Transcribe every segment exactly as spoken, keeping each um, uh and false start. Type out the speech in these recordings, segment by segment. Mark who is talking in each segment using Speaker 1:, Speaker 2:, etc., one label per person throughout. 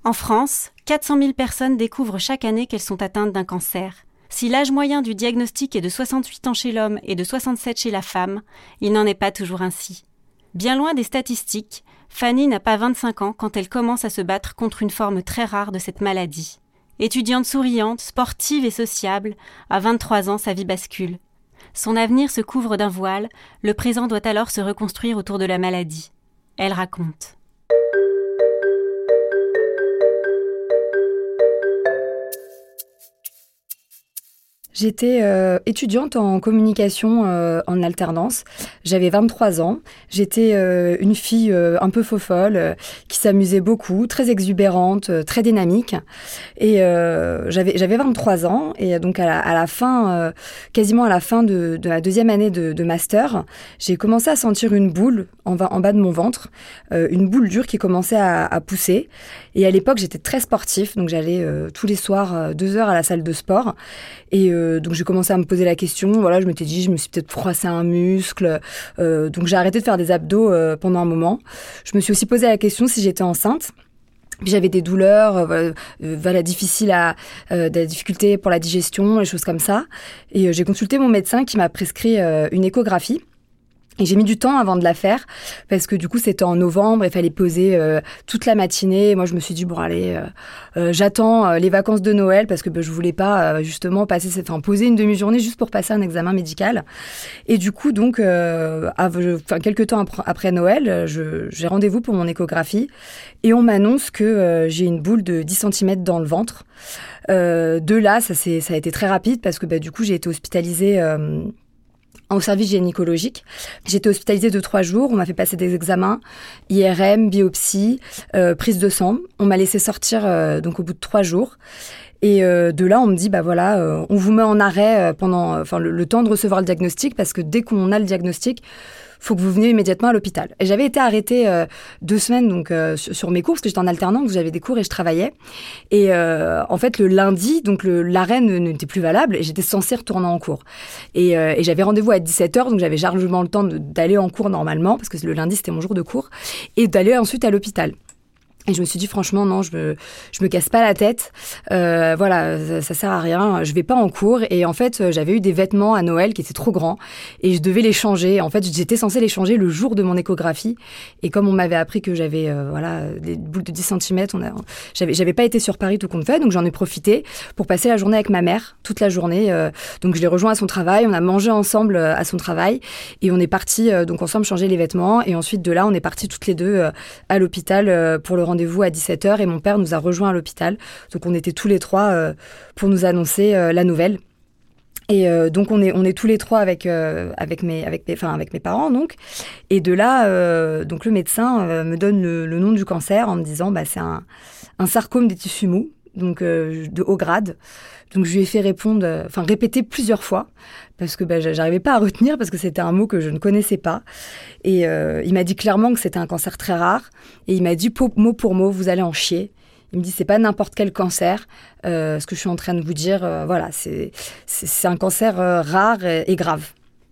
Speaker 1: En France, quatre cent mille personnes découvrent chaque année qu'elles sont atteintes d'un cancer. Si l'âge moyen du diagnostic est de soixante-huit ans chez l'homme et de soixante-sept chez la femme, il n'en est pas toujours ainsi. Bien loin des statistiques, Fanny n'a pas vingt-cinq ans quand elle commence à se battre contre une forme très rare de cette maladie. Étudiante souriante, sportive et sociable, à vingt-trois ans, sa vie bascule. Son avenir se couvre d'un voile, le présent doit alors se reconstruire autour de la maladie. Elle raconte.
Speaker 2: J'étais euh, étudiante en communication euh, en alternance. J'avais vingt-trois ans. J'étais euh, une fille euh, un peu faux-folle, euh, qui s'amusait beaucoup, très exubérante, euh, très dynamique. Et euh, j'avais, j'avais vingt-trois ans. Et donc à la, à la fin, euh, quasiment à la fin de, de la deuxième année de, de master, j'ai commencé à sentir une boule en, en bas de mon ventre, euh, une boule dure qui commençait à, à pousser. Et à l'époque, j'étais très sportif, donc j'allais euh, tous les soirs euh, deux heures à la salle de sport. Et euh, donc j'ai commencé à me poser la question. Voilà, je m'étais dit, je me suis peut-être froissé un muscle. Euh, donc j'ai arrêté de faire des abdos euh, pendant un moment. Je me suis aussi posé la question si j'étais enceinte. Puis j'avais des douleurs, euh, euh, voilà, difficiles à, euh, de la difficulté pour la digestion, et choses comme ça. Et euh, j'ai consulté mon médecin qui m'a prescrit euh, une échographie. Et j'ai mis du temps avant de la faire parce que du coup c'était en novembre, il fallait poser euh, toute la matinée. Et moi je me suis dit bon allez, euh, euh, j'attends euh, les vacances de Noël parce que bah, je voulais pas euh, justement passer, cette, enfin poser une demi-journée juste pour passer un examen médical. Et du coup donc, euh, enfin quelques temps après Noël, je, j'ai rendez-vous pour mon échographie et on m'annonce que euh, j'ai une boule de dix centimètres dans le ventre. Euh, de là, ça c'est, ça a été très rapide parce que bah, du coup j'ai été hospitalisée. Euh, au service gynécologique. J'étais hospitalisée de trois jours, on m'a fait passer des examens, I R M, biopsie, euh, prise de sang. On m'a laissé sortir euh, donc au bout de trois jours. Et euh, de là, on me dit, bah voilà, euh, on vous met en arrêt pendant enfin, le, le temps de recevoir le diagnostic, parce que dès qu'on a le diagnostic, faut que vous veniez immédiatement à l'hôpital. Et j'avais été arrêtée euh, deux semaines donc euh, sur, sur mes cours, parce que j'étais en alternance, donc j'avais des cours et je travaillais. Et euh, en fait, le lundi, donc le, l'arrêt ne, n'était plus valable et j'étais censée retourner en cours. Et, euh, et j'avais rendez-vous à dix-sept heures, donc j'avais largement le temps de, d'aller en cours normalement, parce que le lundi, c'était mon jour de cours, et d'aller ensuite à l'hôpital. Et je me suis dit, franchement, non, je me, je me casse pas la tête. Euh, voilà, ça, ça sert à rien. Je vais pas en cours. Et en fait, j'avais eu des vêtements à Noël qui étaient trop grands et je devais les changer. En fait, j'étais censée les changer le jour de mon échographie. Et comme on m'avait appris que j'avais, euh, voilà, des boules de dix centimètres, on a, j'avais, j'avais pas été sur Paris tout compte fait. Donc, j'en ai profité pour passer la journée avec ma mère, toute la journée. Euh, donc, je l'ai rejoint à son travail. On a mangé ensemble euh, à son travail. Et on est partis, euh, donc, ensemble changer les vêtements. Et ensuite, de là, on est partis toutes les deux euh, à l'hôpital euh, pour le rendez-vous à dix-sept heures et mon père nous a rejoints à l'hôpital. Donc on était tous les trois euh, pour nous annoncer euh, la nouvelle. Et euh, donc on est on est tous les trois avec euh, avec mes avec mes enfin avec mes parents donc. Et de là euh, donc le médecin euh, me donne le, le nom du cancer en me disant bah c'est un un sarcome des tissus mous, donc euh, de haut grade. Donc je lui ai fait répondre, euh, enfin répéter plusieurs fois parce que bah, j'arrivais pas à retenir parce que c'était un mot que je ne connaissais pas. Et euh, il m'a dit clairement que c'était un cancer très rare. Et il m'a dit mot pour mot, vous allez en chier. Il me dit c'est pas n'importe quel cancer. Euh, ce que je suis en train de vous dire, euh, voilà, c'est, c'est c'est un cancer euh, rare et, et grave.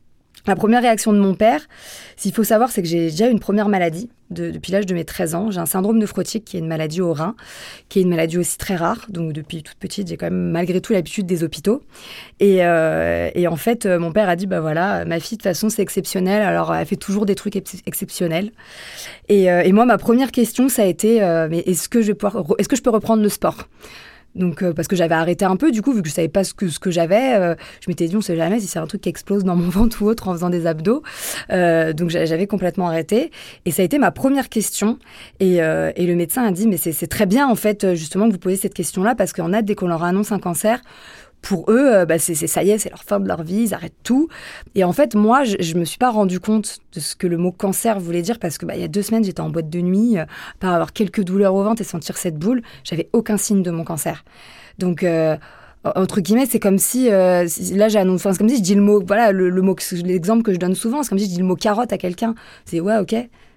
Speaker 2: La première réaction de mon père, s'il faut savoir, c'est que j'ai déjà une première maladie de, depuis l'âge de mes treize ans. J'ai un syndrome nephrotique qui est une maladie au rein, qui est une maladie aussi très rare. Donc depuis toute petite, j'ai quand même malgré tout l'habitude des hôpitaux. Et, euh, et en fait, mon père a dit, bah voilà, ma fille de toute façon c'est exceptionnel, alors elle fait toujours des trucs ex- exceptionnels. Et, euh, et moi, ma première question, ça a été, euh, mais est-ce que je vais pouvoir, est-ce que je peux reprendre le sport ? Donc euh, parce que j'avais arrêté un peu du coup vu que je savais pas ce que ce que j'avais, euh, je m'étais dit on sait jamais si c'est un truc qui explose dans mon ventre ou autre en faisant des abdos. Euh, donc j'avais complètement arrêté et ça a été ma première question et euh, et le médecin a dit mais c'est c'est très bien en fait justement que vous posez cette question-là parce qu'en a dès qu'on leur annonce un cancer, pour eux, euh, bah c'est, c'est ça y est, c'est leur fin de leur vie, ils arrêtent tout. Et en fait, moi, je, je me suis pas rendu compte de ce que le mot cancer voulait dire parce que bah il y a deux semaines, j'étais en boîte de nuit, euh, par avoir quelques douleurs au ventre et sentir cette boule, j'avais aucun signe de mon cancer. Donc euh, entre guillemets, c'est comme si euh, là j'annonce, enfin, c'est comme si je dis le mot, voilà le, le mot, l'exemple que je donne souvent, c'est comme si je dis le mot carotte à quelqu'un. C'est ouais, ok.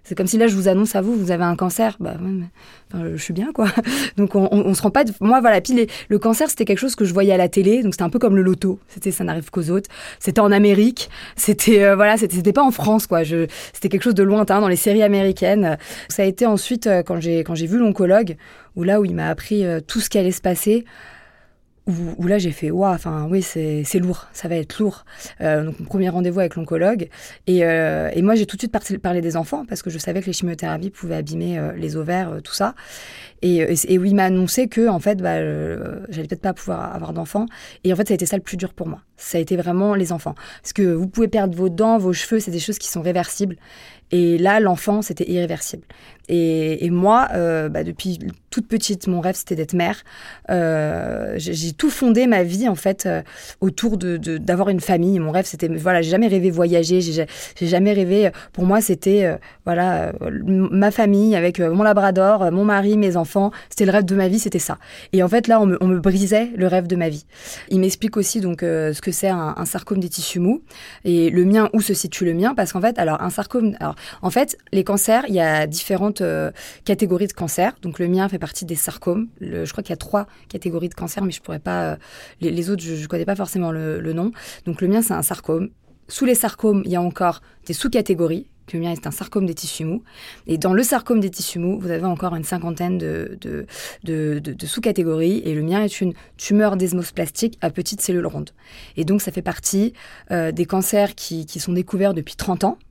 Speaker 2: C'est comme si là, je vous annonce à vous, vous avez un cancer. Bah, ouais, mais, enfin, je suis bien, quoi. Donc, on, on, on se rend pas... De... Moi, voilà. Puis, les... le cancer, c'était quelque chose que je voyais à la télé. Donc, c'était un peu comme le loto. C'était, ça n'arrive qu'aux autres. C'était en Amérique. C'était, euh, voilà, c'était, c'était pas en France, quoi. Je... C'était quelque chose de lointain dans les séries américaines. Ça a été ensuite, euh, quand j'ai, quand j'ai vu l'oncologue, où là, où il m'a appris euh, tout ce qui allait se passer, où, où là j'ai fait waouh, enfin oui c'est c'est lourd, ça va être lourd. Euh, donc mon premier rendez-vous avec l'oncologue et euh, et moi j'ai tout de suite par- parlé des enfants parce que je savais que les chimiothérapies pouvaient abîmer euh, les ovaires, euh, tout ça. Et, et, et où il m'a annoncé que en fait bah euh, j'allais peut-être pas pouvoir avoir d'enfants. Et en fait ça a été ça le plus dur pour moi. Ça a été vraiment les enfants parce que vous pouvez perdre vos dents, vos cheveux, c'est des choses qui sont réversibles. Et là, l'enfant, c'était irréversible. Et, et moi, euh, bah, depuis toute petite, mon rêve, c'était d'être mère. Euh, j'ai, j'ai tout fondé ma vie, en fait, euh, autour de, de, d'avoir une famille. Mon rêve, c'était... Voilà, j'ai jamais rêvé voyager. J'ai, j'ai jamais rêvé... Pour moi, c'était, euh, voilà, euh, ma famille avec euh, mon labrador, euh, mon mari, mes enfants. C'était le rêve de ma vie, c'était ça. Et en fait, là, on me, on me brisait le rêve de ma vie. Il m'explique aussi, donc, euh, ce que c'est un, un sarcome des tissus mous. Et le mien, où se situe le mien. Parce qu'en fait, alors, un sarcome... Alors, en fait, les cancers, il y a différentes euh, catégories de cancers. Donc, le mien fait partie des sarcomes. Le, je crois qu'il y a trois catégories de cancers, mais je pourrais pas... Euh, les, les autres, je ne connais pas forcément le, le nom. Donc, le mien, c'est un sarcome. Sous les sarcomes, il y a encore des sous-catégories. Le mien est un sarcome des tissus mous. Et dans le sarcome des tissus mous, vous avez encore une cinquantaine de, de, de, de, de sous-catégories. Et le mien est une tumeur desmose plastique à petites cellules rondes. Et donc, ça fait partie euh, des cancers qui, qui sont découverts depuis trente ans.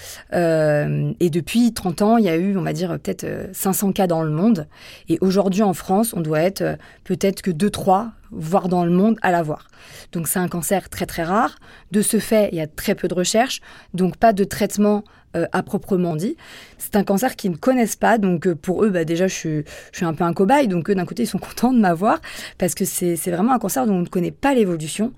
Speaker 2: Euh, et depuis trente ans, il y a eu, on va dire, peut-être euh, cinq cents cas dans le monde. Et aujourd'hui, en France, on doit être euh, peut-être que deux trois, voire dans le monde, à l'avoir. Donc, c'est un cancer très, très rare. De ce fait, il y a très peu de recherche, donc pas de traitement euh, à proprement dit. C'est un cancer qu'ils ne connaissent pas, donc euh, pour eux, bah, déjà, je suis, je suis un peu un cobaye. Donc, eux, d'un côté, ils sont contents de m'avoir, parce que c'est, c'est vraiment un cancer dont on ne connaît pas l'évolution.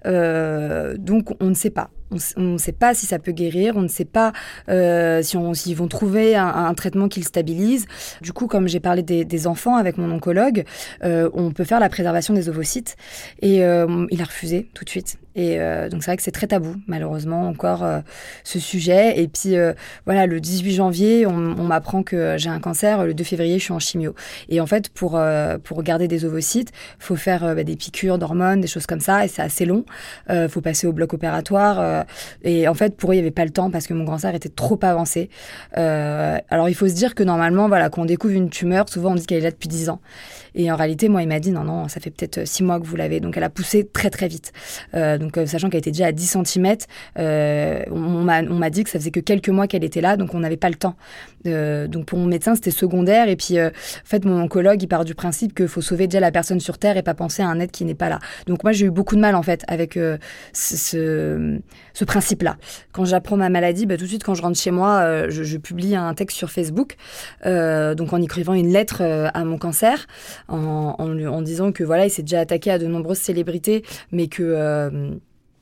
Speaker 2: Euh, donc, on ne sait pas. On ne sait pas si ça peut guérir, on ne sait pas euh, si on, s'ils vont trouver un, un traitement qui le stabilise. Du coup, comme j'ai parlé des, des enfants avec mon oncologue, euh, on peut faire la préservation des ovocytes. Et euh, il a refusé tout de suite. Et euh, donc, c'est vrai que c'est très tabou, malheureusement, encore euh, ce sujet. Et puis, euh, voilà, le dix-huit janvier, on, on m'apprend que j'ai un cancer. Le deux février, je suis en chimio. Et en fait, pour, euh, pour garder des ovocytes, il faut faire euh, bah, des piqûres d'hormones, des choses comme ça. Et c'est assez long. Il euh, faut passer au bloc opératoire. Euh, et en fait, pour eux, il n'y avait pas le temps parce que mon cancer était trop avancé. Euh, alors, il faut se dire que normalement, voilà, quand on découvre une tumeur, souvent, on dit qu'elle est là depuis dix ans. Et en réalité, moi, il m'a dit, non, non, ça fait peut-être six mois que vous l'avez. Donc, elle a poussé très, très vite. Euh, donc, euh, sachant qu'elle était déjà à dix centimètres, euh, on, on, m'a, on m'a dit que ça faisait que quelques mois qu'elle était là, donc on n'avait pas le temps. Euh, donc, pour mon médecin, c'était secondaire. Et puis, euh, en fait, mon oncologue, il part du principe qu'il faut sauver déjà la personne sur Terre et pas penser à un être qui n'est pas là. Donc, moi, j'ai eu beaucoup de mal, en fait, avec euh, ce, ce, ce principe-là. Quand j'apprends ma maladie, bah, tout de suite, quand je rentre chez moi, euh, je, je publie un texte sur Facebook, euh, donc en écrivant une lettre euh, à mon cancer, En, en, en disant que voilà, il s'est déjà attaqué à de nombreuses célébrités, mais que euh,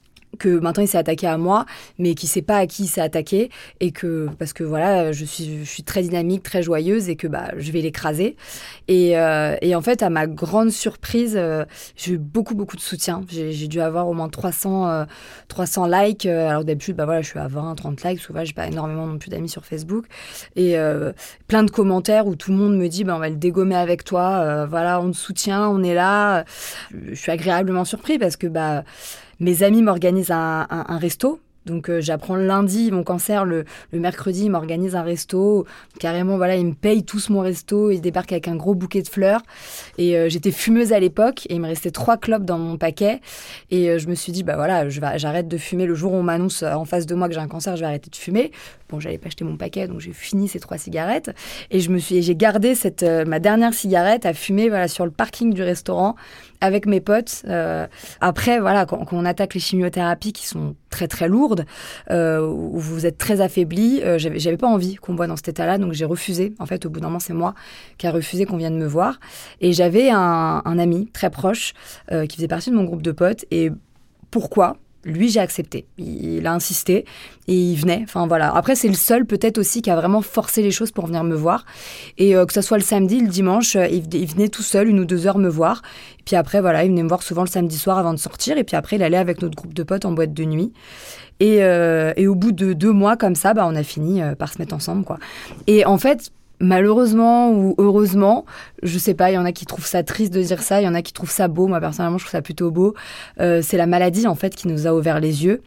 Speaker 2: que maintenant il s'est attaqué à moi, mais qui sait pas à qui il s'est attaqué, et que parce que voilà, je suis je suis très dynamique, très joyeuse, et que bah je vais l'écraser. Et euh, et en fait, à ma grande surprise, euh, j'ai eu beaucoup beaucoup de soutien. J'ai, j'ai dû avoir au moins trois cents euh, trois cents likes. Alors d'habitude, bah voilà, je suis à vingt trente likes. Souvent, j'ai pas énormément non plus d'amis sur Facebook, et euh, plein de commentaires où tout le monde me dit, bah on va le dégommer avec toi. Euh, voilà, on te soutient, on est là. Je suis agréablement surpris parce que bah mes amis m'organisent un, un, un resto. Donc, euh, j'apprends le lundi mon cancer, le, le mercredi, ils m'organisent un resto. Carrément, voilà, ils me payent tous mon resto. Ils débarquent avec un gros bouquet de fleurs. Et euh, j'étais fumeuse à l'époque et il me restait trois clopes dans mon paquet. Et euh, je me suis dit, bah voilà, je vais, j'arrête de fumer. Le jour où on m'annonce en face de moi que j'ai un cancer, je vais arrêter de fumer. Bon, j'allais pas acheter mon paquet, donc j'ai fini ces trois cigarettes. Et je me suis, et j'ai gardé cette, euh, ma dernière cigarette à fumer, voilà, sur le parking du restaurant avec mes potes. Euh, après, voilà, quand, quand on attaque les chimiothérapies qui sont très très lourdes, euh, où vous êtes très affaibli, euh, j'avais, j'avais pas envie qu'on me voit dans cet état-là, donc j'ai refusé. En fait, au bout d'un moment, c'est moi qui a refusé qu'on vienne me voir. Et j'avais un, un ami très proche euh, qui faisait partie de mon groupe de potes. Et pourquoi ? Lui, j'ai accepté. Il a insisté et il venait. Enfin, voilà. Après, c'est le seul, peut-être aussi, qui a vraiment forcé les choses pour venir me voir. Et euh, que ce soit le samedi, le dimanche, euh, il, il venait tout seul, une ou deux heures me voir. Et puis après, voilà, il venait me voir souvent le samedi soir avant de sortir. Et puis après, il allait avec notre groupe de potes en boîte de nuit. Et, euh, et au bout de deux mois, comme ça, bah, on a fini euh, par se mettre ensemble, quoi. Et en fait... Malheureusement ou heureusement, je sais pas, il y en a qui trouvent ça triste de dire ça, il y en a qui trouvent ça beau. Moi, personnellement, je trouve ça plutôt beau. Euh, c'est la maladie, en fait, qui nous a ouvert les yeux.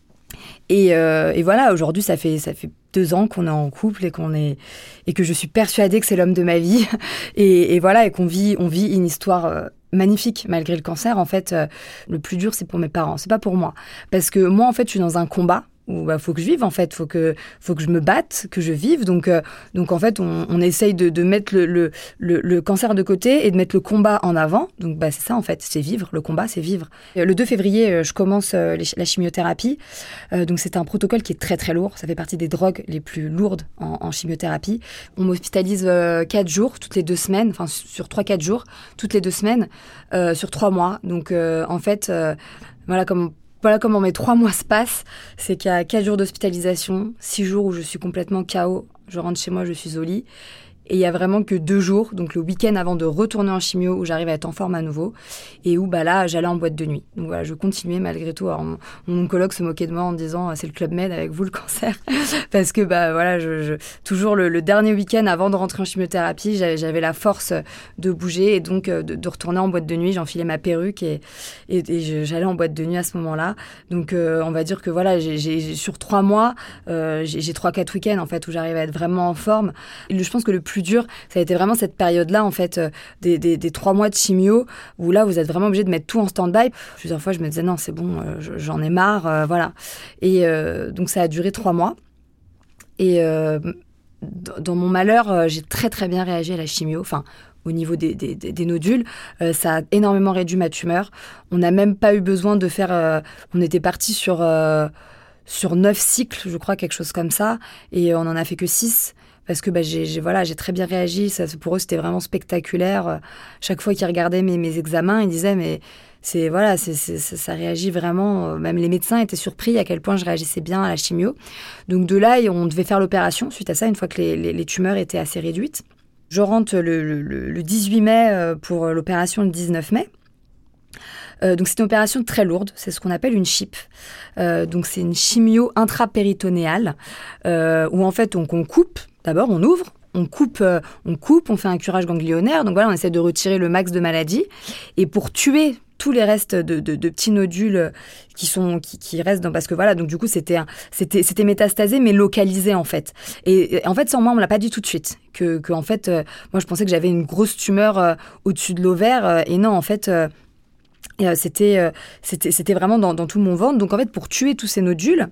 Speaker 2: Et, euh, et voilà, aujourd'hui, ça fait, ça fait deux ans qu'on est en couple et, qu'on est, et que je suis persuadée que c'est l'homme de ma vie. Et, et voilà, et qu'on vit, on vit une histoire... Euh, magnifique malgré le cancer. En fait, euh, le plus dur, c'est pour mes parents, c'est pas pour moi. Parce que moi, en fait, je suis dans un combat où bah, faut que je vive, en fait, faut que faut que je me batte, que je vive. Donc euh, donc en fait, on, on essaye de, de mettre le, le le le cancer de côté et de mettre le combat en avant. Donc bah c'est ça, en fait, c'est vivre. Le combat, c'est vivre. Le deux février, je commence euh, les, la chimiothérapie. Euh, donc c'est un protocole qui est très très lourd. Ça fait partie des drogues les plus lourdes en, en chimiothérapie. On m'hospitalise euh, quatre jours toutes les deux semaines, enfin sur trois quatre jours toutes les deux semaines euh, sur trois mois. Donc euh, en fait, euh, voilà comme Voilà comment mes trois mois se passent. C'est qu'il y a quatre jours d'hospitalisation, six jours où je suis complètement K O. Je rentre chez moi, je suis au lit. Et il y a vraiment que deux jours, donc le week-end avant de retourner en chimio, où j'arrive à être en forme à nouveau, et où bah là, j'allais en boîte de nuit. Donc voilà, je continuais malgré tout. Alors, mon, mon oncologue se moquait de moi en me disant « c'est le Club Med avec vous le cancer », parce que bah voilà, je, je, toujours le, le dernier week-end avant de rentrer en chimiothérapie, j'avais, j'avais la force de bouger et donc de, de retourner en boîte de nuit. J'enfilais ma perruque et, et, et je, j'allais en boîte de nuit à ce moment-là. Donc euh, on va dire que voilà, j'ai, j'ai, sur trois mois, euh, j'ai, j'ai trois quatre week-ends en fait où j'arrive à être vraiment en forme. Et je pense que le plus dur, ça a été vraiment cette période-là, en fait, euh, des, des, des trois mois de chimio, où là, vous êtes vraiment obligé de mettre tout en stand-by. Plusieurs fois, je me disais, non, c'est bon, euh, j'en ai marre, euh, voilà. Et euh, donc, ça a duré trois mois. Et euh, dans mon malheur, euh, j'ai très, très bien réagi à la chimio, enfin, au niveau des, des, des nodules. Euh, ça a énormément réduit ma tumeur. On n'a même pas eu besoin de faire... Euh, on était parti sur, euh, sur neuf cycles, je crois, quelque chose comme ça, et on n'en a fait que six. Parce que bah, j'ai, j'ai, voilà, j'ai très bien réagi. Ça, pour eux, c'était vraiment spectaculaire. Chaque fois qu'ils regardaient mes, mes examens, ils disaient, mais c'est, voilà, c'est, c'est, ça réagit vraiment. Même les médecins étaient surpris à quel point je réagissais bien à la chimio. Donc de là, on devait faire l'opération suite à ça, une fois que les, les, les tumeurs étaient assez réduites. Je rentre le, le, le dix-huit mai pour l'opération le dix-neuf mai. Euh, donc c'est une opération très lourde, c'est ce qu'on appelle une chip. Euh, donc c'est une chimio intrapéritonéale euh, où en fait on, on coupe. D'abord, on ouvre, on coupe, euh, on coupe, on fait un curage ganglionnaire. Donc voilà, on essaie de retirer le max de maladie. Et pour tuer tous les restes de, de, de petits nodules qui sont qui, qui restent dans, parce que voilà, donc du coup c'était un, c'était c'était métastasé mais localisé en fait. Et, et en fait sans moi on me l'a pas dit tout de suite que que en fait euh, moi je pensais que j'avais une grosse tumeur euh, au-dessus de l'ovaire euh, et non en fait euh, et, euh, c'était euh, c'était c'était vraiment dans dans tout mon ventre. Donc en fait pour tuer tous ces nodules,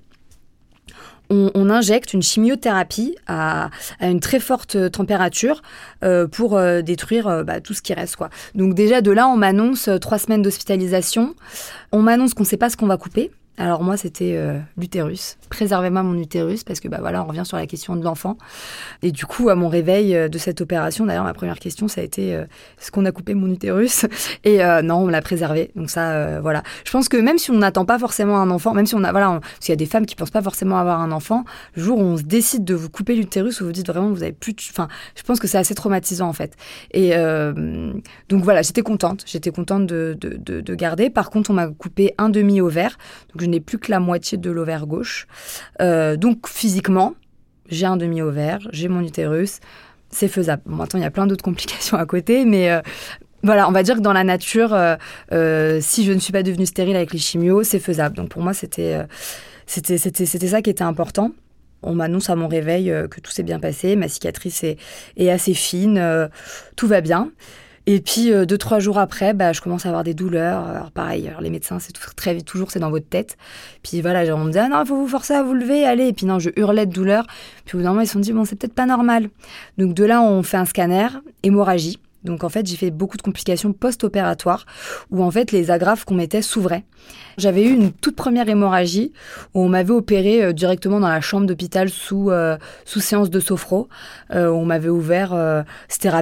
Speaker 2: On, on injecte une chimiothérapie à, à une très forte température euh, pour euh, détruire euh, bah, tout ce qui reste, quoi. Donc déjà, de là, on m'annonce euh, trois semaines d'hospitalisation. On m'annonce qu'on ne sait pas ce qu'on va couper. Alors moi, c'était euh, l'utérus. Préservez-moi mon utérus, parce que bah voilà, on revient sur la question de l'enfant. Et du coup, à mon réveil euh, de cette opération, d'ailleurs, ma première question, ça a été euh, est-ce qu'on a coupé mon utérus ? Et euh, non, on l'a préservé. Donc ça, euh, voilà. Je pense que même si on n'attend pas forcément un enfant, même si on a, voilà, on, parce qu'il y a des femmes qui pensent pas forcément avoir un enfant, le jour où on se décide de vous couper l'utérus, où vous dites vraiment, vous avez plus, de... enfin, je pense que c'est assez traumatisant en fait. Et euh, donc voilà, j'étais contente, j'étais contente de, de, de, de garder. Par contre, on m'a coupé un demi ovaire, donc je n'ai plus que la moitié de l'ovaire gauche. Euh, donc physiquement, j'ai un demi-ovaire, j'ai mon utérus, c'est faisable. Bon, attends, il y a plein d'autres complications à côté, mais euh, voilà, on va dire que dans la nature, euh, euh, si je ne suis pas devenue stérile avec les chimios, c'est faisable. Donc pour moi, c'était, euh, c'était, c'était, c'était ça qui était important. On m'annonce à mon réveil euh, que tout s'est bien passé, ma cicatrice est, est assez fine, euh, tout va bien. Et puis, euh, deux, trois jours après, bah, je commence à avoir des douleurs. Alors, pareil, alors, les médecins, c'est tout, très vite, toujours, c'est dans votre tête. Puis voilà, on me dit, ah non, il faut vous forcer à vous lever, allez. Et puis non, je hurlais de douleur. Puis au bout d'un moment, ils se sont dit, bon, c'est peut-être pas normal. Donc de là, on fait un scanner, hémorragie. Donc en fait, j'ai fait beaucoup de complications post-opératoires où en fait, les agrafes qu'on mettait s'ouvraient. J'avais eu une toute première hémorragie où on m'avait opéré euh, directement dans la chambre d'hôpital sous, euh, sous séance de sophro. Euh, on m'avait ouvert, euh, c'était rapide.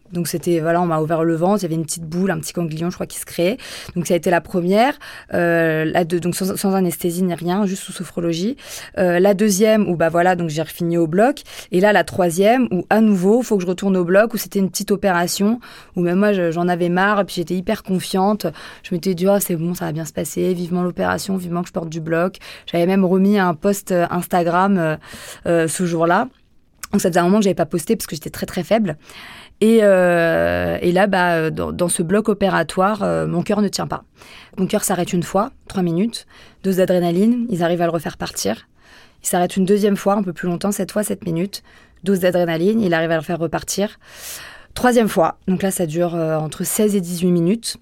Speaker 2: Donc c'était, voilà, on m'a ouvert le ventre, il y avait une petite boule, un petit ganglion, je crois, qui se créait. Donc ça a été la première, euh, la deux, donc sans, sans anesthésie ni rien, juste sous sophrologie. Euh, la deuxième, où bah voilà, donc j'ai refini au bloc. Et là, la troisième, où à nouveau, faut que je retourne au bloc, où c'était une petite opération, où même moi, je, j'en avais marre, et puis j'étais hyper confiante. Je m'étais dit, oh, c'est bon, ça va bien se passer, vivement l'opération, vivement que je porte du bloc. J'avais même remis un post Instagram euh, euh, ce jour-là. Donc ça faisait un moment que j'avais pas posté parce que j'étais très très faible. Et, euh, et là, bah, dans, dans ce bloc opératoire, euh, mon cœur ne tient pas. Mon cœur s'arrête une fois, trois minutes, dose d'adrénaline, ils arrivent à le refaire partir. Il s'arrête une deuxième fois, un peu plus longtemps, cette fois, sept minutes, dose d'adrénaline, il arrive à le faire repartir. Troisième fois, donc là, ça dure euh, entre seize et dix-huit minutes.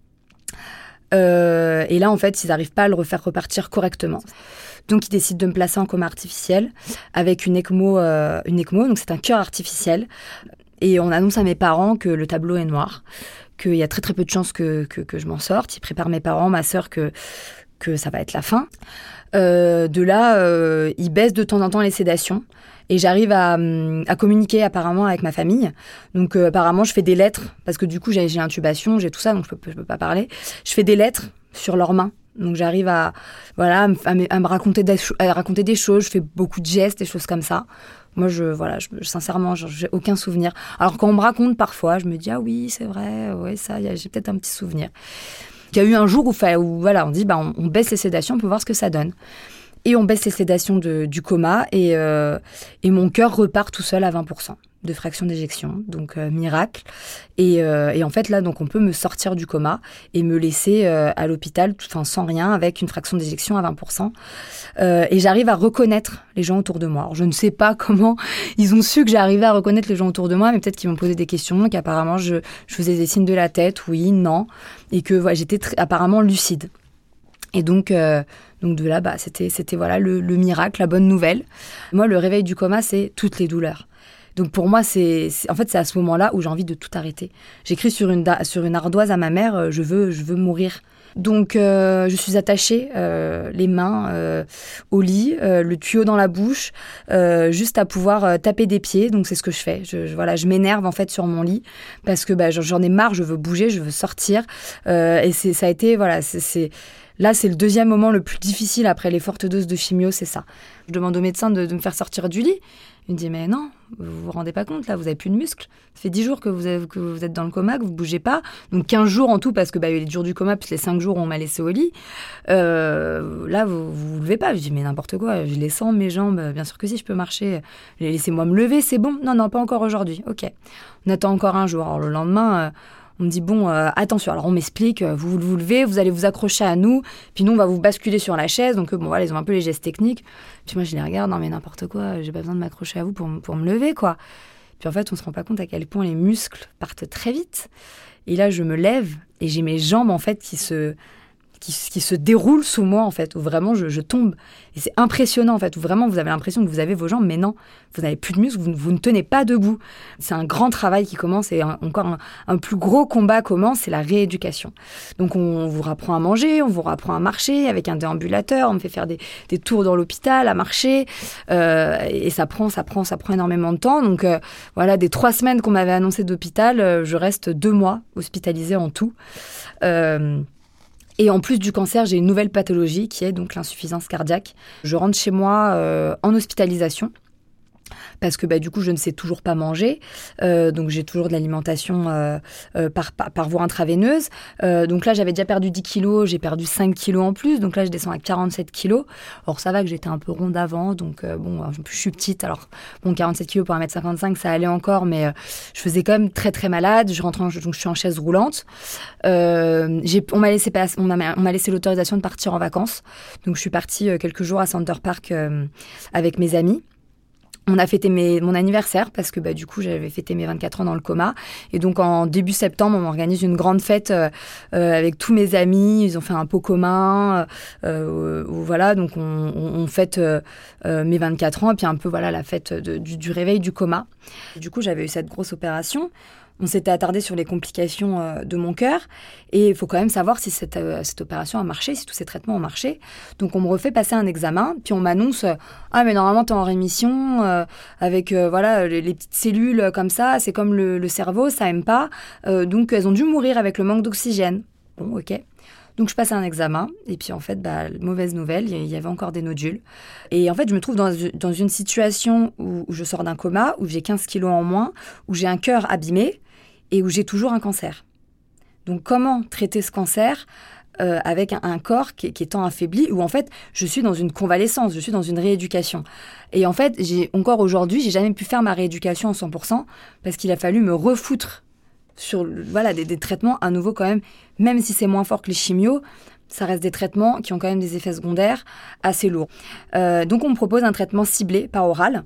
Speaker 2: Euh, et là, en fait, ils n'arrivent pas à le refaire repartir correctement. Donc, ils décident de me placer en coma artificiel avec une ECMO, euh, une ECMO, donc c'est un cœur artificiel. Et on annonce à mes parents que le tableau est noir, qu'il y a très très peu de chances que, que, que je m'en sorte. Ils préparent mes parents, ma sœur, que, que ça va être la fin. Euh, de là, euh, ils baissent de temps en temps les sédations. Et j'arrive à, à communiquer apparemment avec ma famille. Donc euh, apparemment, je fais des lettres, parce que du coup, j'ai, j'ai l'intubation, j'ai tout ça, donc je peux, je peux pas parler. Je fais des lettres sur leurs mains. Donc j'arrive à, voilà, à, me, à me raconter des, à raconter des choses. Je fais beaucoup de gestes, des choses comme ça. Moi, je, voilà, je, sincèrement, je, j'ai aucun souvenir. Alors, quand on me raconte parfois, je me dis, ah oui, c'est vrai, ouais, ça, y a, j'ai peut-être un petit souvenir. Il y a eu un jour où, où voilà, on dit, bah, on, on baisse les sédations, on peut voir ce que ça donne. Et on baisse les sédations de, du coma, et, euh, et mon cœur repart tout seul à vingt pour cent de fraction d'éjection, donc euh, miracle. Et, euh, et en fait, là, donc, on peut me sortir du coma et me laisser euh, à l'hôpital, enfin, sans rien, avec une fraction d'éjection à vingt pour cent. Euh, et j'arrive à reconnaître les gens autour de moi. Alors, je ne sais pas comment ils ont su que j'arrivais à reconnaître les gens autour de moi, mais peut-être qu'ils m'ont posé des questions, qu'apparemment, je, je faisais des signes de la tête, oui, non, et que voilà, j'étais tr- apparemment lucide. Et donc, euh, donc de là, bah, c'était, c'était voilà, le, le miracle, la bonne nouvelle. Moi, le réveil du coma, c'est toutes les douleurs. Donc pour moi, c'est, c'est en fait c'est à ce moment-là où j'ai envie de tout arrêter. J'écris sur une da- sur une ardoise à ma mère, euh, je veux je veux mourir. Donc euh, je suis attachée euh, les mains euh, au lit, euh, le tuyau dans la bouche, euh, juste à pouvoir euh, taper des pieds. Donc c'est ce que je fais. Je, je voilà, je m'énerve en fait sur mon lit parce que bah, j'en ai marre, je veux bouger, je veux sortir. Euh, et c'est ça a été voilà, c'est, c'est là, c'est le deuxième moment le plus difficile après les fortes doses de chimio, c'est ça. Je demande au médecin de, de me faire sortir du lit. Il me dit, mais non, vous vous rendez pas compte, là, vous avez plus de muscles. Ça fait dix jours que vous, avez, que vous êtes dans le coma, que vous bougez pas. Donc quinze jours en tout, parce que bah, il y a eu les jours du coma, puis les cinq jours, on m'a laissé au lit. Euh, là, vous vous levez pas. Je dis, mais n'importe quoi, je les sens, mes jambes. Bien sûr que si, je peux marcher. Laissez-moi me lever, c'est bon. Non, non, pas encore aujourd'hui. Ok. On attend encore un jour. Alors le lendemain... Euh, on me dit, bon, euh, attention, alors on m'explique, euh, vous vous levez, vous allez vous accrocher à nous, puis nous, on va vous basculer sur la chaise. Donc, euh, bon, voilà, ils ont un peu les gestes techniques. Puis moi, je les regarde, non, mais n'importe quoi, j'ai pas besoin de m'accrocher à vous pour, pour me lever, quoi. Puis en fait, on se rend pas compte à quel point les muscles partent très vite. Et là, je me lève et j'ai mes jambes, en fait, qui se... Qui, qui se déroule sous moi, en fait, où vraiment je, je tombe. Et c'est impressionnant, en fait, où vraiment vous avez l'impression que vous avez vos jambes, mais non, vous n'avez plus de muscles, vous, vous ne tenez pas debout. C'est un grand travail qui commence, et un, encore un, un plus gros combat commence, c'est la rééducation. Donc on vous apprend à manger, on vous apprend à marcher avec un déambulateur, on me fait faire des, des tours dans l'hôpital, à marcher, euh, et ça prend, ça prend, ça prend énormément de temps. Donc euh, voilà, des trois semaines qu'on m'avait annoncé d'hôpital, euh, je reste deux mois hospitalisée en tout. Euh, Et en plus du cancer, j'ai une nouvelle pathologie qui est donc l'insuffisance cardiaque. Je rentre chez moi euh, en hospitalisation parce que bah, du coup, je ne sais toujours pas manger. Euh, donc, j'ai toujours de l'alimentation euh, euh, par, par, par voie intraveineuse. Euh, donc là, j'avais déjà perdu dix kilos, j'ai perdu cinq kilos en plus. Donc là, je descends à quarante-sept kilos. Alors, ça va que j'étais un peu ronde avant. Donc, euh, bon, je suis petite. Alors, bon, quarante-sept kilos pour un mètre cinquante-cinq, ça allait encore. Mais euh, je faisais quand même très, très malade. Je rentre en, donc, je suis en chaise roulante. Euh, j'ai, on, m'a laissé, on, m'a, on m'a laissé l'autorisation de partir en vacances. Donc, je suis partie euh, quelques jours à Center Park euh, avec mes amis. On a fêté mes, mon anniversaire parce que bah, du coup, j'avais fêté mes vingt-quatre ans dans le coma. Et donc, en début septembre, on organise une grande fête euh, euh, avec tous mes amis. Ils ont fait un pot commun. Euh, où, voilà, donc on, on, on fête euh, euh, mes vingt-quatre ans et puis un peu voilà, la fête de, du, du réveil du coma. Et du coup, j'avais eu cette grosse opération. On s'était attardé sur les complications euh, de mon cœur. Et il faut quand même savoir si cette, euh, cette opération a marché, si tous ces traitements ont marché. Donc, on me refait passer un examen. Puis, on m'annonce euh, « Ah, mais normalement, t'es en rémission euh, avec euh, voilà, les, les petites cellules comme ça. C'est comme le, le cerveau, ça aime pas. Euh, donc, elles ont dû mourir avec le manque d'oxygène. » Bon, ok. Donc, je passe un examen. Et puis, en fait, bah, mauvaise nouvelle, il y avait encore des nodules. Et en fait, je me trouve dans, dans une situation où, où je sors d'un coma, où j'ai quinze kilos en moins, où j'ai un cœur abîmé et où j'ai toujours un cancer. Donc, comment traiter ce cancer euh, avec un, un corps qui, qui est tant affaibli, où en fait, je suis dans une convalescence, je suis dans une rééducation. Et en fait, j'ai, encore aujourd'hui, j'ai jamais pu faire ma rééducation à cent pour cent parce qu'il a fallu me refoutre sur voilà, des, des traitements à nouveau quand même, même si c'est moins fort que les chimios, ça reste des traitements qui ont quand même des effets secondaires assez lourds. Euh, donc, on me propose un traitement ciblé par oral,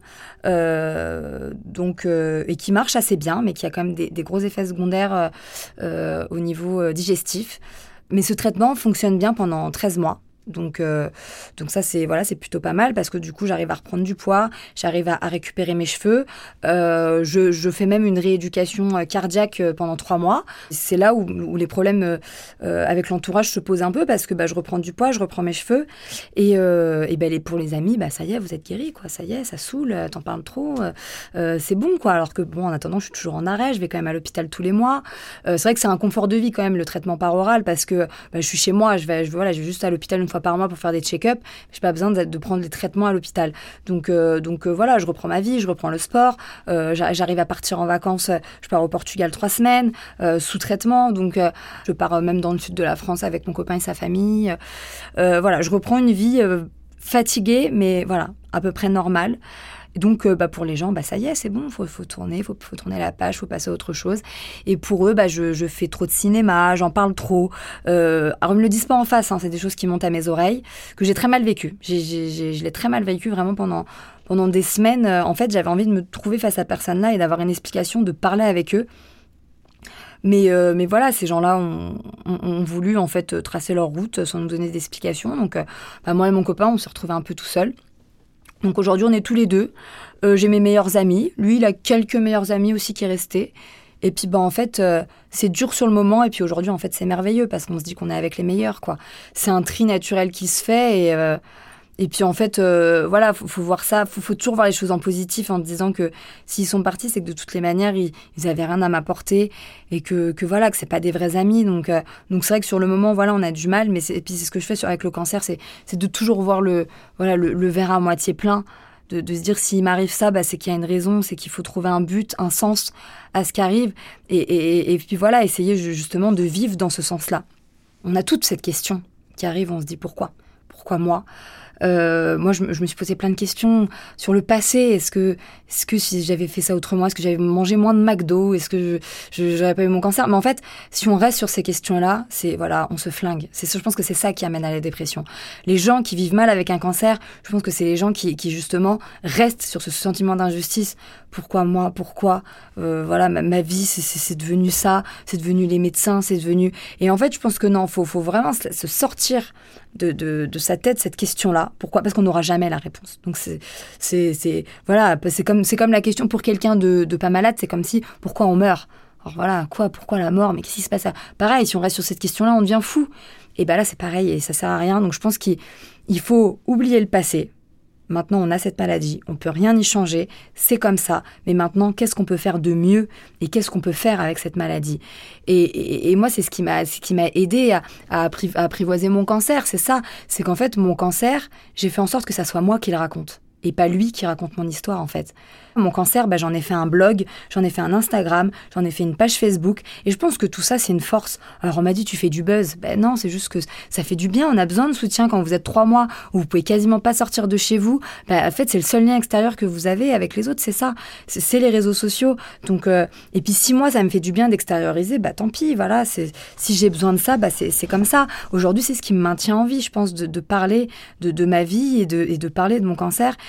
Speaker 2: euh, donc, euh, et qui marche assez bien, mais qui a quand même des, des gros effets secondaires euh, au niveau euh, digestif. Mais ce traitement fonctionne bien pendant treize mois. Donc, euh, donc ça, c'est, voilà, c'est plutôt pas mal parce que du coup, j'arrive à reprendre du poids, j'arrive à, à récupérer mes cheveux. Euh, je, je fais même une rééducation cardiaque pendant trois mois. C'est là où, où les problèmes euh, avec l'entourage se posent un peu parce que bah, je reprends du poids, je reprends mes cheveux. Et, euh, et bah, les, pour les amis, bah, ça y est, vous êtes guéris, quoi. Ça y est, ça saoule, t'en parles trop. Euh, c'est bon, quoi. Alors que, bon, en attendant, je suis toujours en arrêt, je vais quand même à l'hôpital tous les mois. Euh, c'est vrai que c'est un confort de vie quand même, le traitement par oral, parce que bah, je suis chez moi, je vais, je, voilà, je vais juste à l'hôpital une fois par mois pour faire des check-up. J'ai pas besoin de, de prendre les traitements à l'hôpital. Donc, euh, donc euh, voilà, je reprends ma vie, je reprends le sport. Euh, j'arrive à partir en vacances. Je pars au Portugal trois semaines euh, sous traitement. Donc, euh, je pars même dans le sud de la France avec mon copain et sa famille. Euh, voilà, je reprends une vie euh, fatiguée, mais voilà, à peu près normale. Donc, euh, bah, pour les gens, bah, ça y est, c'est bon, il faut, faut tourner, il faut, faut tourner la page, il faut passer à autre chose. Et pour eux, bah, je, je fais trop de cinéma, j'en parle trop. Euh, alors, ils me le disent pas en face, hein, c'est des choses qui montent à mes oreilles, que j'ai très mal vécu. J'ai, j'ai, j'ai, je l'ai très mal vécu vraiment pendant, pendant des semaines. En fait, j'avais envie de me trouver face à cette personne-là et d'avoir une explication, de parler avec eux. Mais, euh, mais voilà, ces gens-là ont, ont, ont voulu en fait tracer leur route sans nous donner d'explications. Donc, euh, bah, moi et mon copain, on s'est retrouvés un peu tout seuls. Donc aujourd'hui, on est tous les deux. Euh, j'ai mes meilleurs amis. Lui, il a quelques meilleurs amis aussi qui est resté. Et puis, bah, en fait, euh, c'est dur sur le moment. Et puis aujourd'hui, en fait, c'est merveilleux parce qu'on se dit qu'on est avec les meilleurs, quoi. C'est un tri naturel qui se fait. Et, euh, et puis, en fait, euh, voilà, faut, faut voir ça. Faut, faut toujours voir les choses en positif en se disant que s'ils sont partis, c'est que de toutes les manières, ils, ils avaient rien à m'apporter. Et que, que voilà, que c'est pas des vrais amis. Donc, euh, donc c'est vrai que sur le moment, voilà, on a du mal. Mais c'est, et puis, c'est ce que je fais sur, avec le cancer, c'est, c'est de toujours voir le, voilà, le, le verre à moitié plein. De, de se dire s'il m'arrive ça, bah, c'est qu'il y a une raison, c'est qu'il faut trouver un but, un sens à ce qui arrive. Et, et, et puis voilà, essayer justement de vivre dans ce sens-là. On a toute cette question qui arrive, on se dit pourquoi ? Pourquoi moi ? Euh, moi, je, je me suis posé plein de questions sur le passé. Est-ce que, est-ce que si j'avais fait ça autrement, est-ce que j'avais mangé moins de McDo ? Est-ce que je, je j'aurais pas eu mon cancer ? Mais en fait, si on reste sur ces questions-là, c'est voilà, on se flingue. C'est, je pense que c'est ça qui amène à la dépression. Les gens qui vivent mal avec un cancer, je pense que c'est les gens qui, qui justement restent sur ce sentiment d'injustice. Pourquoi moi ? Pourquoi euh, voilà, ma, ma vie, c'est, c'est, c'est devenu ça. C'est devenu les médecins. C'est devenu. Et en fait, je pense que non, faut, faut vraiment se, se sortir de, de, de sa tête cette question-là. Pourquoi ? Parce qu'on n'aura jamais la réponse. Donc c'est, c'est, c'est, voilà, c'est comme, c'est comme la question pour quelqu'un de, de pas malade, c'est comme si, pourquoi on meurt ? Alors voilà, quoi, pourquoi la mort ? Mais qu'est-ce qui se passe ? Pareil, si on reste sur cette question-là, on devient fou. Et ben là, c'est pareil et ça sert à rien. Donc je pense qu'il il faut oublier le passé. Maintenant, on a cette maladie, on peut rien y changer, c'est comme ça. Mais maintenant, qu'est-ce qu'on peut faire de mieux et qu'est-ce qu'on peut faire avec cette maladie ? Et, et, et moi, c'est ce qui m'a, ce qui m'a aidé à, à, appri- à apprivoiser mon cancer, c'est ça. C'est qu'en fait, mon cancer, j'ai fait en sorte que ça soit moi qui le raconte et pas lui qui raconte mon histoire, en fait. Mon cancer, bah, j'en ai fait un blog, j'en ai fait un Instagram, j'en ai fait une page Facebook. Et je pense que tout ça, c'est une force. Alors, on m'a dit, tu fais du buzz. Ben non, c'est juste que ça fait du bien. On a besoin de soutien quand vous êtes trois mois où vous pouvez quasiment pas sortir de chez vous. Ben, en fait, c'est le seul lien extérieur que vous avez avec les autres, c'est ça. C'est, c'est les réseaux sociaux. Donc, euh, et puis, si moi, ça me fait du bien d'extérioriser, bah tant pis, voilà. C'est, si j'ai besoin de ça, bah c'est, c'est comme ça. Aujourd'hui, c'est ce qui me maintient en vie, je pense, de, de parler de, de ma vie et de, et de parler de mon cancer.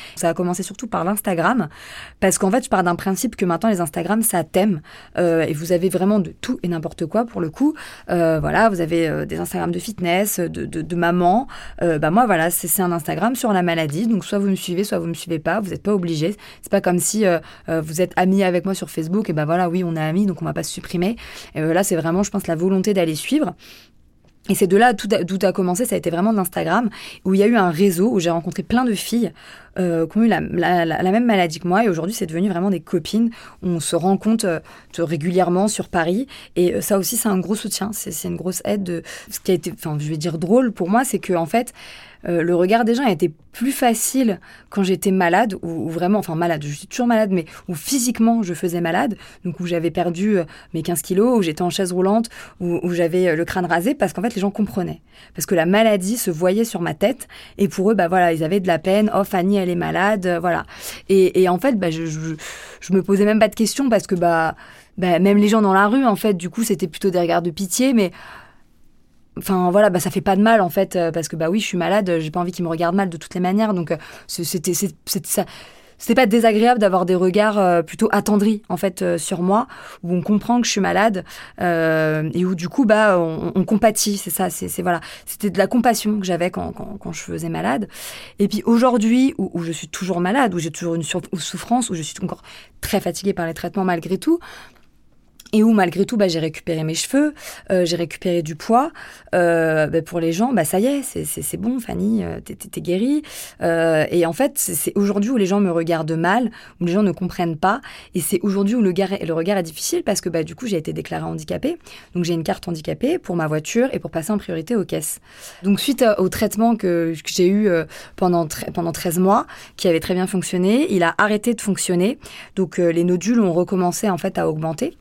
Speaker 2: Ça a commencé surtout par l'Instagram, parce qu'en fait, je pars d'un principe que maintenant, les Instagrams, ça t'aime. Euh, et vous avez vraiment de tout et n'importe quoi, pour le coup. Euh, voilà, vous avez euh, des Instagrams de fitness, de, de, de maman. Euh, bah moi, voilà, c'est, c'est un Instagram sur la maladie. Donc, soit vous me suivez, soit vous me suivez pas. Vous n'êtes pas obligés. C'est pas comme si euh, euh, vous êtes amis avec moi sur Facebook. Et ben bah voilà, oui, on est amis, donc on va pas se supprimer. Et euh, là, c'est vraiment, je pense, la volonté d'aller suivre. Et c'est de là tout a, tout a commencé, ça a été vraiment de l'Instagram, où il y a eu un réseau, où j'ai rencontré plein de filles euh, qui ont eu la, la, la, la même maladie que moi. Et aujourd'hui, c'est devenu vraiment des copines, où on se rencontre euh, régulièrement sur Paris. Et euh, ça aussi, c'est un gros soutien, c'est, c'est une grosse aide. De... Ce qui a été, enfin, je vais dire drôle pour moi, c'est que en fait, Euh, le regard des gens a été plus facile quand j'étais malade, ou, ou vraiment, enfin malade, je suis toujours malade, mais où physiquement je faisais malade, donc où j'avais perdu euh, mes quinze kilos, où j'étais en chaise roulante, où, où j'avais euh, le crâne rasé, parce qu'en fait les gens comprenaient. Parce que la maladie se voyait sur ma tête, et pour eux, bah voilà, ils avaient de la peine, oh Fanny elle est malade, euh, voilà. Et, et en fait, bah, je, je, je me posais même pas de questions, parce que bah, bah, même les gens dans la rue, en fait, du coup, c'était plutôt des regards de pitié, mais... Enfin voilà, bah ça fait pas de mal en fait, euh, parce que bah oui, je suis malade, j'ai pas envie qu'ils me regardent mal de toutes les manières, donc euh, c'était c'est, c'est, ça, c'était pas désagréable d'avoir des regards euh, plutôt attendris en fait euh, sur moi, où on comprend que je suis malade euh, et où du coup bah on, on compatit, c'est ça, c'est, c'est voilà, c'était de la compassion que j'avais quand quand, quand je faisais malade. Et puis aujourd'hui où, où je suis toujours malade, où j'ai toujours une sur- souffrance, où je suis encore très fatiguée par les traitements malgré tout. Et où malgré tout, bah, j'ai récupéré mes cheveux, euh, j'ai récupéré du poids. Euh, bah, pour les gens, bah, ça y est, c'est, c'est, c'est bon, Fanny, euh, t'es, t'es, t'es guérie. Euh, et en fait, c'est, c'est aujourd'hui où les gens me regardent mal, où les gens ne comprennent pas. Et c'est aujourd'hui où le, regard est, le regard est difficile, parce que bah, du coup, j'ai été déclarée handicapée. Donc j'ai une carte handicapée pour ma voiture et pour passer en priorité aux caisses. Donc suite au traitement que, que j'ai eu euh, pendant, tre- pendant treize mois, qui avait très bien fonctionné, il a arrêté de fonctionner. Donc euh, les nodules ont recommencé en fait à augmenter.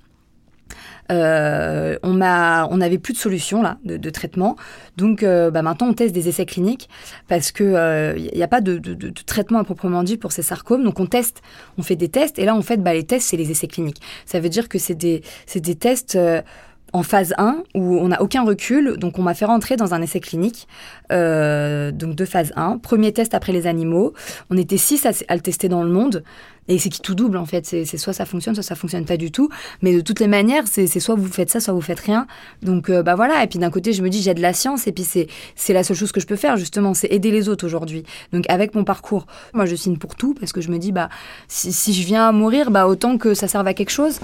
Speaker 2: Euh, on m'a, on n'avait plus de solution là de, de traitement, donc euh, bah maintenant on teste des essais cliniques, parce que il euh, y a pas de, de, de, de traitement à proprement dit pour ces sarcomes, donc on teste, on fait des tests, et là en fait bah les tests c'est les essais cliniques. Ça veut dire que c'est des, c'est des tests euh, en phase un, où on n'a aucun recul, donc on m'a fait rentrer dans un essai clinique, euh, donc de phase un, premier test après les animaux. On était six à, à le tester dans le monde, et c'est qui tout double en fait, c'est, c'est soit ça fonctionne, soit ça fonctionne pas du tout, mais de toutes les manières, c'est, c'est soit vous faites ça, soit vous faites rien, donc euh, bah voilà. Et puis d'un côté je me dis j'ai de la science, et puis c'est, c'est la seule chose que je peux faire justement, c'est aider les autres aujourd'hui. Donc avec mon parcours, moi je signe pour tout, parce que je me dis bah si, si je viens à mourir, bah autant que ça serve à quelque chose.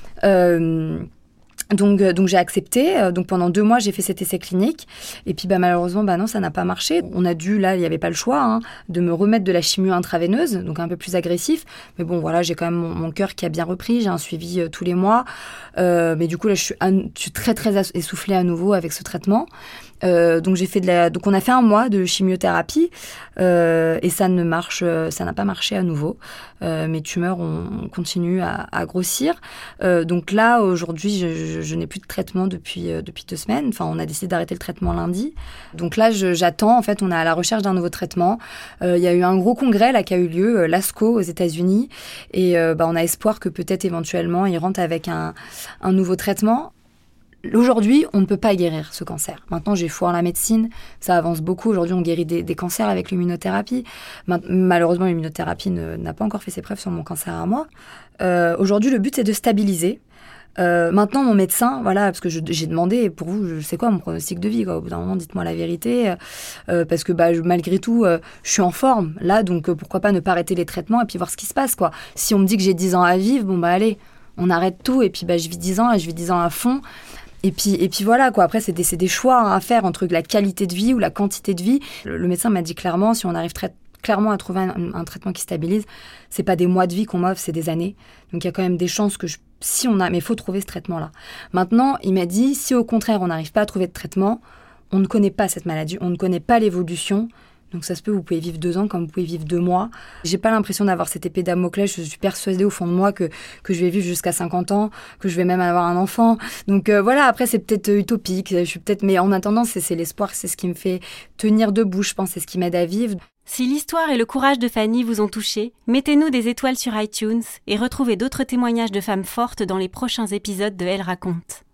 Speaker 2: euh, Donc, euh, donc j'ai accepté. Euh, donc pendant deux mois, j'ai fait cet essai clinique. Et puis bah, malheureusement, bah non, ça n'a pas marché. On a dû, là, il n'y avait pas le choix, hein, de me remettre de la chimio intraveineuse, donc un peu plus agressif. Mais bon, voilà, j'ai quand même mon, mon cœur qui a bien repris. J'ai un suivi euh, tous les mois. Euh, mais du coup, là, je suis, an- je suis très, très essoufflée à nouveau avec ce traitement. Euh, donc j'ai fait de la, donc on a fait un mois de chimiothérapie euh, et ça ne marche, ça n'a pas marché à nouveau. Euh, mes tumeurs ont continué à, à grossir. Euh, donc là aujourd'hui, je, je, je n'ai plus de traitement depuis euh, depuis deux semaines. Enfin, on a décidé d'arrêter le traitement lundi. Donc là, je, j'attends. En fait, on est à la recherche d'un nouveau traitement. Euh, il y a eu un gros congrès là qui a eu lieu, euh, l'ASCO aux États-Unis, et euh, bah, on a espoir que peut-être éventuellement ils rentrent avec un un nouveau traitement. Aujourd'hui, on ne peut pas guérir ce cancer. Maintenant, j'ai foi en la médecine, ça avance beaucoup. Aujourd'hui, on guérit des, des cancers avec l'immunothérapie. Malheureusement, l'immunothérapie ne, n'a pas encore fait ses preuves sur mon cancer à moi. Euh, aujourd'hui, le but, c'est de stabiliser. Euh, maintenant, mon médecin, voilà, parce que je, j'ai demandé, pour vous, je sais quoi, mon pronostic de vie, quoi. Au bout d'un moment, dites-moi la vérité, euh, parce que bah, je, malgré tout, euh, je suis en forme, là, donc euh, pourquoi pas ne pas arrêter les traitements et puis voir ce qui se passe, quoi. Si on me dit que j'ai dix ans à vivre, bon, bah allez, on arrête tout, et puis bah, je vis dix ans, et je vis dix ans à fond. Et puis, et puis voilà, quoi. Après, c'est des, c'est des choix hein, à faire entre la qualité de vie ou la quantité de vie. Le, le médecin m'a dit clairement, si on arrive très, clairement à trouver un, un traitement qui stabilise, c'est pas des mois de vie qu'on m'offre, c'est des années. Donc, il y a quand même des chances que je, si on a, mais il faut trouver ce traitement-là. Maintenant, il m'a dit, si au contraire, on n'arrive pas à trouver de traitement, on ne connaît pas cette maladie, on ne connaît pas l'évolution. Donc ça se peut, vous pouvez vivre deux ans comme vous pouvez vivre deux mois. J'ai pas l'impression d'avoir cette épée de Damoclès. Je suis persuadée au fond de moi que, que je vais vivre jusqu'à cinquante ans, que je vais même avoir un enfant. Donc euh, voilà, après c'est peut-être utopique, je suis peut-être, mais en attendant, c'est, c'est l'espoir, c'est ce qui me fait tenir debout, je pense, c'est ce qui m'aide à vivre.
Speaker 1: Si l'histoire et le courage de Fanny vous ont touché, mettez-nous des étoiles sur iTunes et retrouvez d'autres témoignages de femmes fortes dans les prochains épisodes de Elle raconte.